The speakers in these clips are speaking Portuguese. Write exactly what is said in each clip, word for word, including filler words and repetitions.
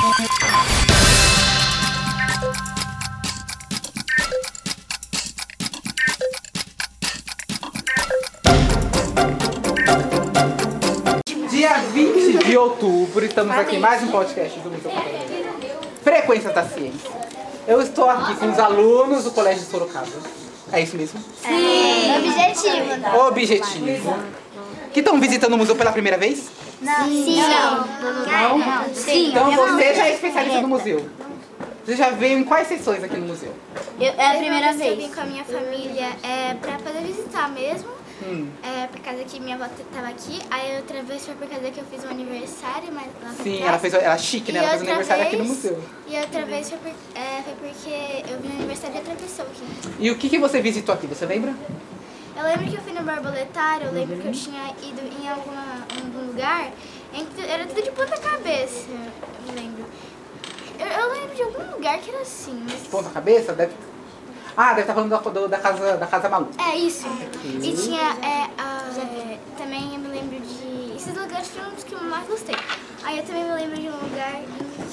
Dia vinte de outubro, estamos aqui em mais um podcast do Museu Frequências da Ciência. Eu estou aqui com os alunos do Colégio de Sorocaba. É isso mesmo? Sim. Objetivo. Não. Objetivo. Que estão visitando o museu pela primeira vez? Não. Sim. Não. Não? Não. Sim. Então você já é especialista no museu. Você já veio em quais sessões aqui no museu? Eu, é a primeira eu vez. Eu vim com a minha família é, pra poder visitar mesmo. Hum. É, por causa que minha avó estava aqui. Aí outra vez foi por causa que eu fiz um aniversário, mas lá Sim, atrás. ela fez ela é chique, né? Ela fez outra aniversário vez, aqui no museu. E outra vez foi, por, é, foi porque eu vi o aniversário de outra pessoa aqui. E o que, que você visitou aqui? Você lembra? Eu lembro que eu fui no borboletário, eu lembro que eu tinha ido em alguma, em algum lugar, em que era tudo de ponta cabeça, eu lembro. Eu, eu lembro de algum lugar que era assim, mas... Ponta cabeça? Deve... Ah, deve estar falando da, do, da, casa, da casa maluca. É, isso. E tinha, é, a, é, também eu me lembro de... Esses lugares foram um dos que eu mais gostei. Aí eu também me lembro de um lugar em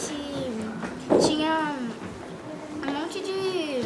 que tinha um monte de...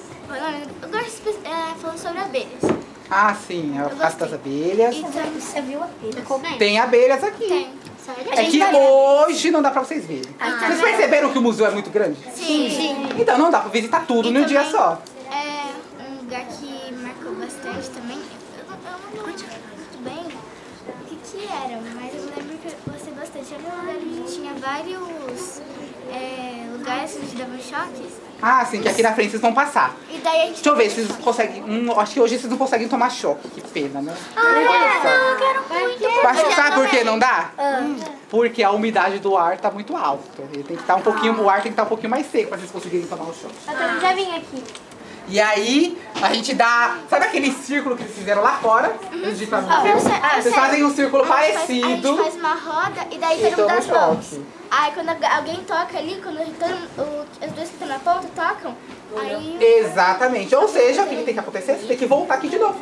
Lugar é, falando sobre abelhas. Ah, sim, é a casa das abelhas. Então, Você viu a abelha? Tem abelhas aqui. tem. É que hoje não dá pra vocês verem. Vocês perceberam que o museu é muito grande? Sim. Sim. Então não dá pra visitar tudo E num dia também, só. É um lugar que marcou bastante também. Eu não, eu não lembro muito bem o que que era, mas eu lembro que eu gostei bastante. Era um lugar que tinha vários é, lugares onde davam choques. Ah, sim, que aqui na frente vocês vão passar. E daí a gente... Deixa eu ver se vocês conseguem. Hum, acho que hoje vocês não conseguem tomar choque. Que pena, né? Ah, eu quero muito. Mas sabe por que não dá? Hum, Porque a umidade do ar tá muito alta. Ele tem que estar um pouquinho, o ar tem que estar um pouquinho mais seco pra vocês conseguirem tomar o choque. Eu já vim aqui. E aí, a gente dá... Sabe aquele círculo que eles fizeram lá fora? Antes de ir pra museu? Vocês fazem um círculo A gente parecido. faz uma roda e daí E todo mundo dá as toma mãos. choque. Aí quando alguém toca ali, quando todo, o, os dois que estão na ponta tocam, aí... Exatamente. Ou seja, o que tem que acontecer? Você tem que voltar aqui de novo.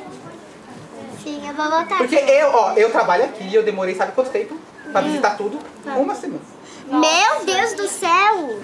Sim, eu vou voltar. Porque eu, ó, eu trabalho aqui, eu demorei, sabe quanto tempo? Pra visitar tudo? Uma semana. Meu Deus do céu!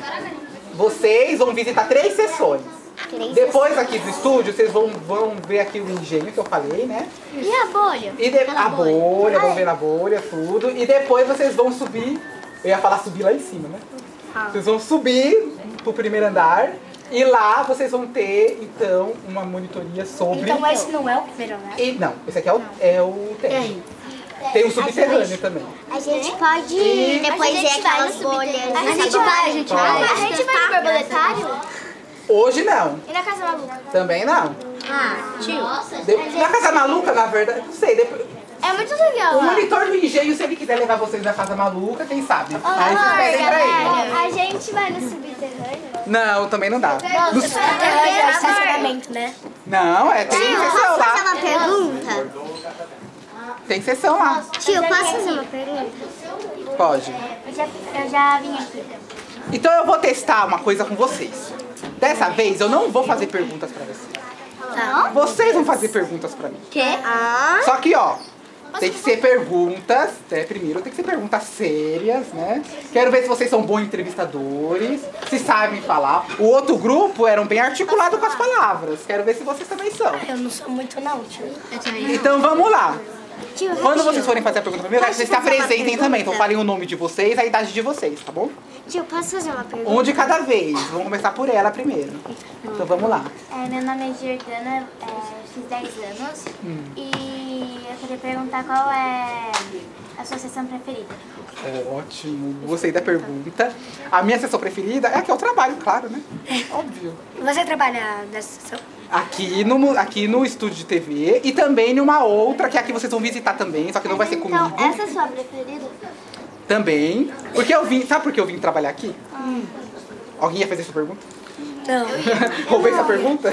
Vocês vão visitar três sessões. Três Depois aqui do estúdio, vocês vão, vão ver aqui o engenho que eu falei, né? E a bolha? E de... A bolha, vão ver na bolha, tudo. E depois vocês vão subir, eu ia falar subir lá em cima, né? Vocês vão subir pro primeiro andar e lá vocês vão ter, então, uma monitoria sobre... Então esse não é o primeiro, né? E, não, esse aqui é o, é o térreo. Tem um subterrâneo também. A gente pode E- depois A ver gente vai aquelas no bolhas. subterrâneo. A gente vai, a gente vai. A gente vai no borboletário Hoje não, e na Casa Maluca. também não. Ah, tio. De- Na Casa Maluca, na verdade, não sei, depois... É muito legal O lá. monitor do engenho, se ele quiser levar vocês na Casa Maluca, quem sabe? Aí vocês pedem pra ele. A gente vai no subterrâneo. Não, também não dá. No- É estacionamento, né? Não, é, tem Tio, sessão posso fazer lá. uma pergunta? Tem sessão lá. Tio, posso fazer uma pergunta? Pode. Eu já, eu já vim aqui. Então eu vou testar uma coisa com vocês. Dessa vez eu não vou fazer perguntas pra vocês. Tá. Vocês vão fazer perguntas pra mim. Quê? Ah. Só que, ó, tem que ser perguntas, né, primeiro tem que ser perguntas sérias, né? Quero ver se vocês são bons entrevistadores, se sabem falar. O outro grupo eram bem articulados com as palavras. Quero ver se vocês também são. Eu não sou muito não, tio. Eu também Então vamos lá. Tio, Quando vocês forem fazer a pergunta pra mim, eu quero que vocês se Posso fazer uma apresentem pergunta? também. Então falem o nome de vocês, a idade de vocês, tá bom? Tio, posso fazer uma pergunta? Um de cada vez. Vamos começar por ela primeiro. Então vamos lá. É, meu nome é Jordana, é, fiz dez anos e eu queria perguntar qual é a sua sessão preferida. É, ótimo. Gostei da pergunta. A minha sessão preferida é a que eu trabalho, claro, né? Óbvio. Você trabalha nessa sessão? Aqui no, aqui no estúdio de T V e também numa outra, que é a que vocês vão visitar também, só que não vai ser comigo. Então, essa é a sua preferida? Também. Porque eu vim. Sabe por que eu vim trabalhar aqui? Alguém ia fazer essa pergunta? Não. Roubei essa pergunta?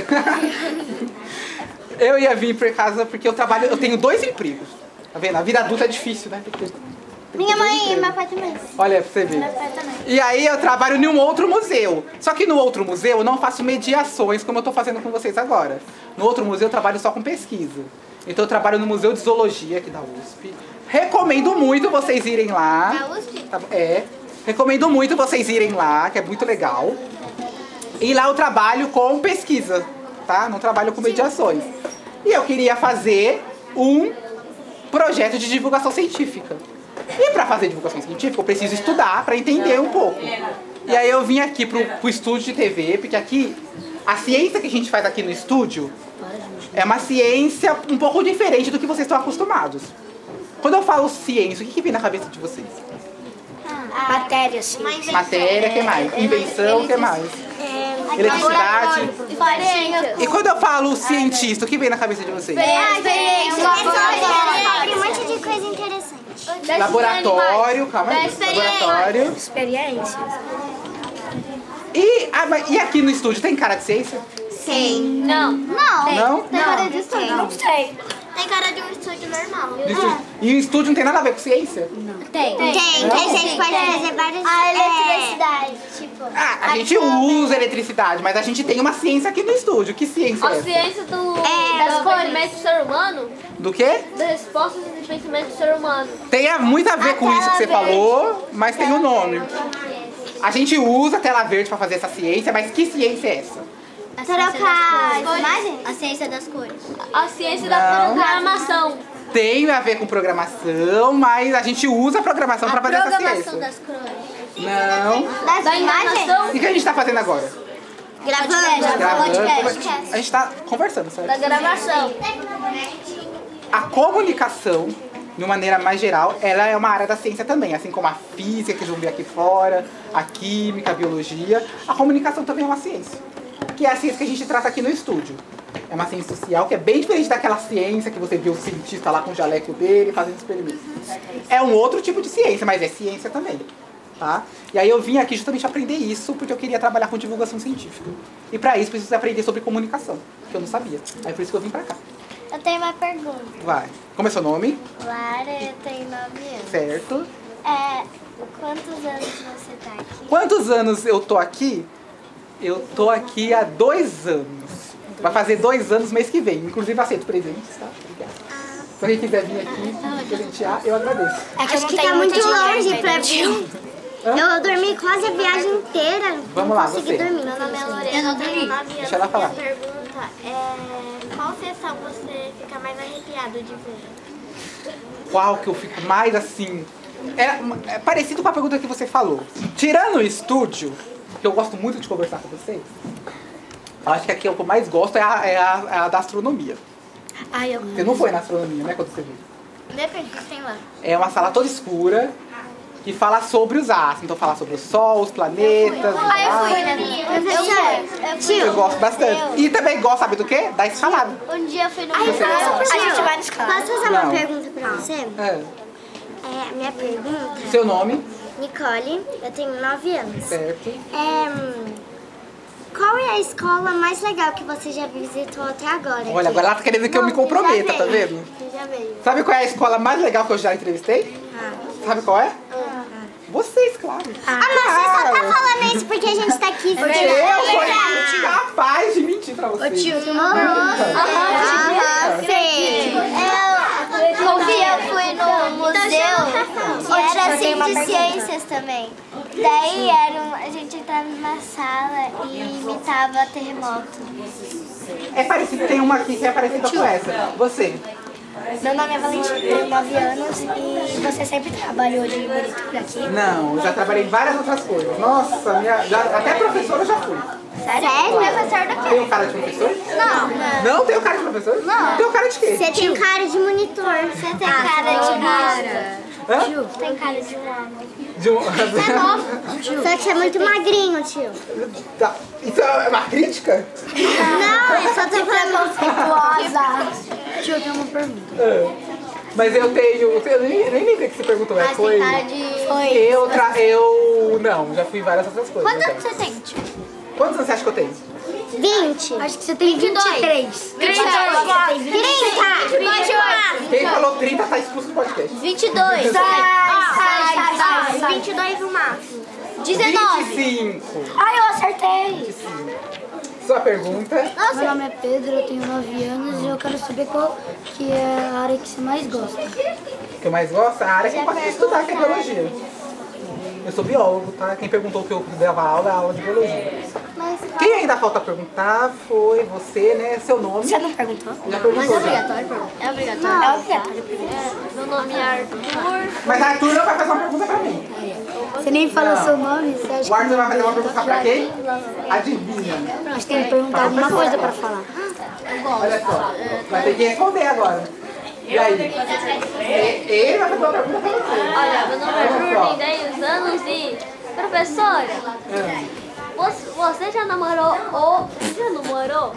Eu ia vir por casa porque eu trabalho, eu tenho dois empregos. Tá vendo? A vida adulta é difícil, né? Tem que ter- tem que Minha ter dois mãe e empregos. meu pai também. Olha, pra você ver. Meu pai também. E aí eu trabalho em um outro museu. Só que no outro museu eu não faço mediações como eu tô fazendo com vocês agora. No outro museu eu trabalho só com pesquisa. Então eu trabalho no Museu de Zoologia aqui da U S P. Recomendo muito vocês irem lá. Da U S P? Tá bom? É. Recomendo muito vocês irem lá, que é muito legal. E lá eu trabalho com pesquisa, tá? Não trabalho com mediações. E eu queria fazer um projeto de divulgação científica. E para fazer divulgação científica eu preciso estudar para entender um pouco. E aí eu vim aqui pro, pro estúdio de T V, porque aqui a ciência que a gente faz aqui no estúdio é uma ciência um pouco diferente do que vocês estão acostumados. Quando eu falo ciência, o que, que vem na cabeça de vocês? Matéria, sim. Matéria, o que mais? Invenção, o que mais? Eletricidade. E quando eu falo cientista, o que vem na cabeça de vocês? Experiência. Descobre um monte de coisa interessante. Laboratório, calma aí. Laboratório. Experiência. E, ah, mas- e aqui no estúdio, tem cara de ciência? Sim. Não. Não. Não? Tem cara de estúdio. Não sei. Tem cara de um estúdio normal. No estúdio- E o estúdio não tem nada a ver com ciência? Tem. Tem. Não? A gente pode fazer várias... A eletricidade, tipo... Ah, a gente usa eletricidade, mas a gente tem uma ciência aqui no estúdio. Que ciência é A essa? ciência do, É, das do cores. pensamentos do ser humano, Do quê? das respostas e pensamentos do ser humano. Tem a- muito a ver com isso que você tela verde. falou, mas tem o nome. A gente usa a tela verde pra fazer essa ciência, mas que ciência é essa? Trocar imagens? A ciência das cores. A ciência Não. da programação. Tem a ver com programação, mas a gente usa a programação pra fazer essa ciência. das cores. Não. Das Da imagens? enganação, E o que a gente tá fazendo agora? Gravando. Gravando. Podcast. A gente tá conversando, certo? da gravação. A comunicação, de uma maneira mais geral, ela é uma área da ciência também, assim como a física, que vão ver aqui fora, a química, a biologia. A comunicação também é uma ciência, que é a ciência que a gente trata aqui no estúdio. É uma ciência social que é bem diferente daquela ciência que você viu o cientista lá com o jaleco dele fazendo experimentos. É um outro tipo de ciência, mas é ciência também. Tá? E aí eu vim aqui justamente aprender isso porque eu queria trabalhar com divulgação científica. E para isso preciso aprender sobre comunicação, que eu não sabia. Aí por isso que eu vim pra cá. Eu tenho uma pergunta. Vai. Como é seu nome? Lara, eu tenho nove anos. Certo. É, quantos anos você tá aqui? Quantos anos eu tô aqui? Eu tô aqui há dois anos. Vai fazer dois anos mês que vem. Inclusive aceito presentes, tá? Obrigada. Se alguém quiser vir aqui me presentear, eu agradeço. É que eu Acho não que tenho tá muito longe dinheiro, pra tio. mim. Eu dormi quase a viagem inteira. Vamos lá, não consegui você. dormir. Meu nome é Lorena, eu tenho nove anos. Deixa ela falar. Minha pergunta é... Qual sessão você fica mais arrepiado de ver? Qual que eu fico mais assim... É, é parecido com a pergunta que você falou. Tirando o estúdio, que eu gosto muito de conversar com vocês, eu acho que aqui o que eu mais gosto é a, é a, é a da astronomia. Ai, eu... Você não foi na astronomia, né, quando você viu? Depende do que tem lá. É uma sala toda escura que fala sobre os astros. Então fala sobre o Sol, os planetas. os Ah, eu astros. fui, né? Professor, Eu gosto bastante. E também gosto, sabe do quê? Da escalada. um dia eu fui no... A gente vai no escala. Posso fazer Não. uma pergunta pra você? É. É, a minha pergunta... Seu nome, Nicole, eu tenho nove anos. certo? É, hum, qual é a escola mais legal que você já visitou até agora? Olha, agora ela tá querendo que eu me comprometa, tá vendo? Já veio. Sabe qual é a escola mais legal que eu já entrevistei? Sabe qual é? Vocês, claro. Ah, mas você só tá falando isso porque a gente tá aqui. Porque eu sou capaz de mentir pra vocês. Tio, tem uma pergunta. Aham, sei. Eu, confia, eu fui no museu que era assim de ciências também. Daí era um, a gente entrava numa sala e imitava terremoto. É parecido, tem uma aqui que é parecida com essa. Você. Meu nome é Valentina, tenho nove anos e você sempre trabalhou de bonito por aqui. Não, eu já trabalhei em várias outras coisas. Nossa, minha, já, até professora eu já fui. Sério? Professor do quê? Tem um cara de professor? Não. Não tem um cara de professor? Não. Tem um cara de quê? Você tem cara de monitor. Você tem cara de cara. Hã? Tem cara de um homem. De um... Você é novo. Só que você é muito magrinho, tio. Tá. Isso é uma crítica? Não, eu só tô falando. Tio, eu tenho uma pergunta. É. Mas eu tenho. Eu nem, nem lembrei que você perguntou. É, foi. de... Eu, tra... eu. Não, já fui em várias outras coisas. Quantos anos então. você tem, tio? Quantos anos você acha que eu tenho? vinte. Acho que você tem vinte e três. trinta. trinta. Quem falou trinta tá expulso do podcast. vinte e dois. Sai, sai, sai. vinte e dois no máximo. dezenove. vinte e cinco. Ai, eu acertei. Sua pergunta. Meu nome é Pedro, eu tenho nove anos e eu quero saber qual que é a área que você mais gosta. O que eu mais gosto? A área que eu gosto de estudar, que é biologia. Eu sou biólogo, tá? Quem perguntou que eu dava aula é a aula de biologia. Quem ainda falta perguntar foi você, né? Seu nome. Você não perguntou? Já perguntou. É já. obrigatório perguntar? É obrigatório. É obrigatório. Meu nome é Arthur. Mas Arthur não vai fazer uma pergunta pra mim. Você nem falou Não. seu nome, você acha O Arthur vai fazer uma pergunta pra quem? Adivinha. que nós temos que perguntar alguma coisa pra falar? Olha só. Vai ter que responder agora. E aí? E- Ele vai fazer uma pergunta pra você. Olha, meu nome é Olha só. Arthur, tenho dez anos e... Professora, É. você, você já namorou ou... Já namorou?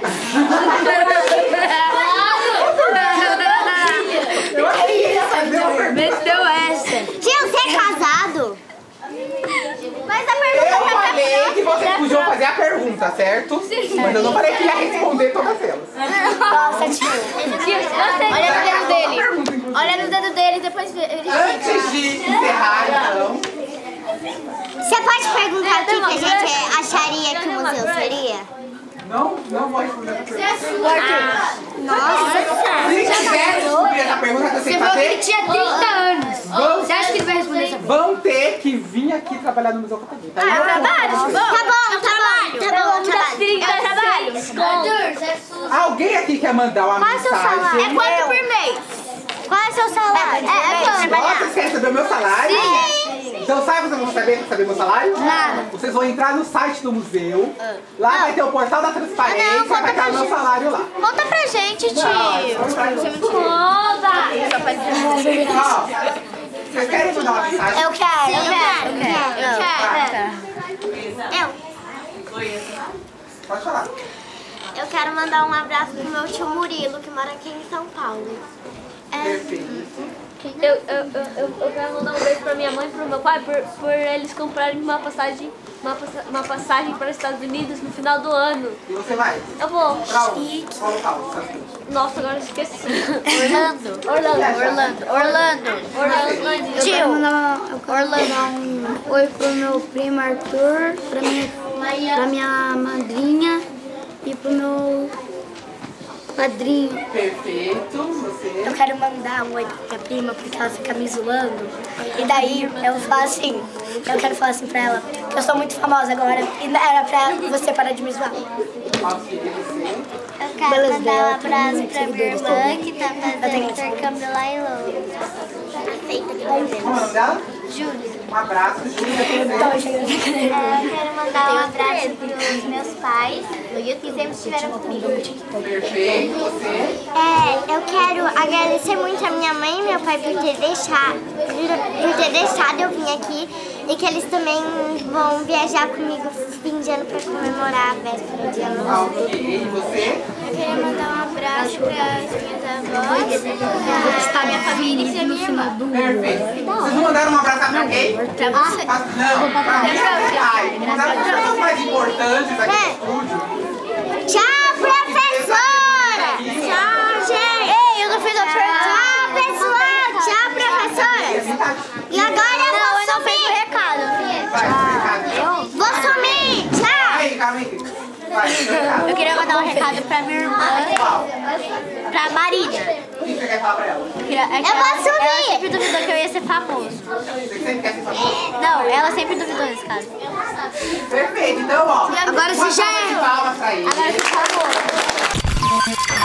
Eu achei que ele ia fazer uma pergunta. Meteu essa. Tio, você é casado? Mas a pergunta Eu tá falei que vocês podiam fazer a pergunta, certo? Mas eu não falei que ia responder todas elas. Nossa, tio. Tio, você... Olha no dedo dele. Pergunta, inclusive. Olha no dedo dele e depois ele Antes de encerrar, então, Você pode perguntar o que, que a gente acharia que o museu seria? não, não vou responder essa pergunta. Nossa! Se quiser descobrir essa pergunta que eu sei Você falou que ele fazer, tinha trinta anos. vão, Você acha que ele vai responder essa pergunta? vão ter que vir aqui trabalhar no Museu Catavento. Ah, eu trabalho. Tá bom, tá bom, tá bom, trabalho. Eu trabalho. Alguém aqui quer mandar uma Qual é o seu salário? É mensagem? quanto por mês? Qual é o seu salário? É, é quanto? Nossa, vocês querem saber o meu salário? Então sabe o que vocês vão saber para saber meu salário? Nada. Vocês vão entrar no site do museu, lá vai ter o portal da transparência, Ah, não, vai conta estar o pra meu salário lá. Conta pra gente, tio. Ó, vocês querem mandar uma mensagem? Eu quero. Eu quero. Eu quero. Eu. Pode falar. Eu quero mandar um abraço pro meu tio Murilo, que mora aqui em São Paulo. Perfeito. Eu, eu, eu, eu, eu quero mandar um beijo pra minha mãe e pro meu pai por, por eles comprarem uma passagem, uma, passa- uma passagem para os Estados Unidos no final do ano. E você vai? Eu vou. Pra onde? Qual local? Nossa, agora eu esqueci. Orlando. Orlando. Orlando. Orlando. Orlando. Eu quero mandar, eu quero mandar um oi pro meu primo Arthur, pra minha, pra minha madrinha e pro meu padrinho. Perfeito. Você? Eu quero mandar um oi pra minha prima porque ela fica me zoando. E daí eu falo assim, eu quero falar assim pra ela, que eu sou muito famosa agora e era pra você parar de me zoar. Ok, você? Eu quero Beleza, mandar um eu tenho abraço muitos pra minha seguidores irmã também. que tá Eu fazendo tenho intercâmbio lá em Londres. Aceita que vai Qual é o nome dela? Júlia. Um abraço, Júlia. Então, eu cheguei na brincadeira. Eu quero mandar um abraço pros meus pais, que sempre estiveram comigo. Perfeito. Você? É, eu quero agradecer muito a minha mãe e meu pai por ter deixado, por ter deixado eu vir aqui e que eles também vão viajar comigo fim de ano para comemorar a véspera de ano novo. Ok. E você? Eu queria mandar um abraço para as minhas avós, Está minha família e a minha irmã. Perfeito. Vocês não mandaram um abraço pra quem? Pra você. Ah, não, pra mim é pai. Mandaram para as pessoas mais importantes aqui no estúdio. Tchau, professora! Tchau, gente! Ei, eu não fiz a pergunta. Tchau, pessoal! Tchau, professora! E agora eu vou sumir! Vai, recado. Vou sumir! Tchau! Aí, calma aí. Vai, recado. Eu queria mandar um recado pra minha irmã, Qual? pra Marina. O que você quer falar pra ela? Eu vou sumir! Ela sempre duvidou que eu ia ser famoso. Você sempre quer ser famoso? Não, ela sempre duvidou nesse caso. Perfeito, então, ó. Agora você uma já salva de é. palmas pra ele. Agora, por favor.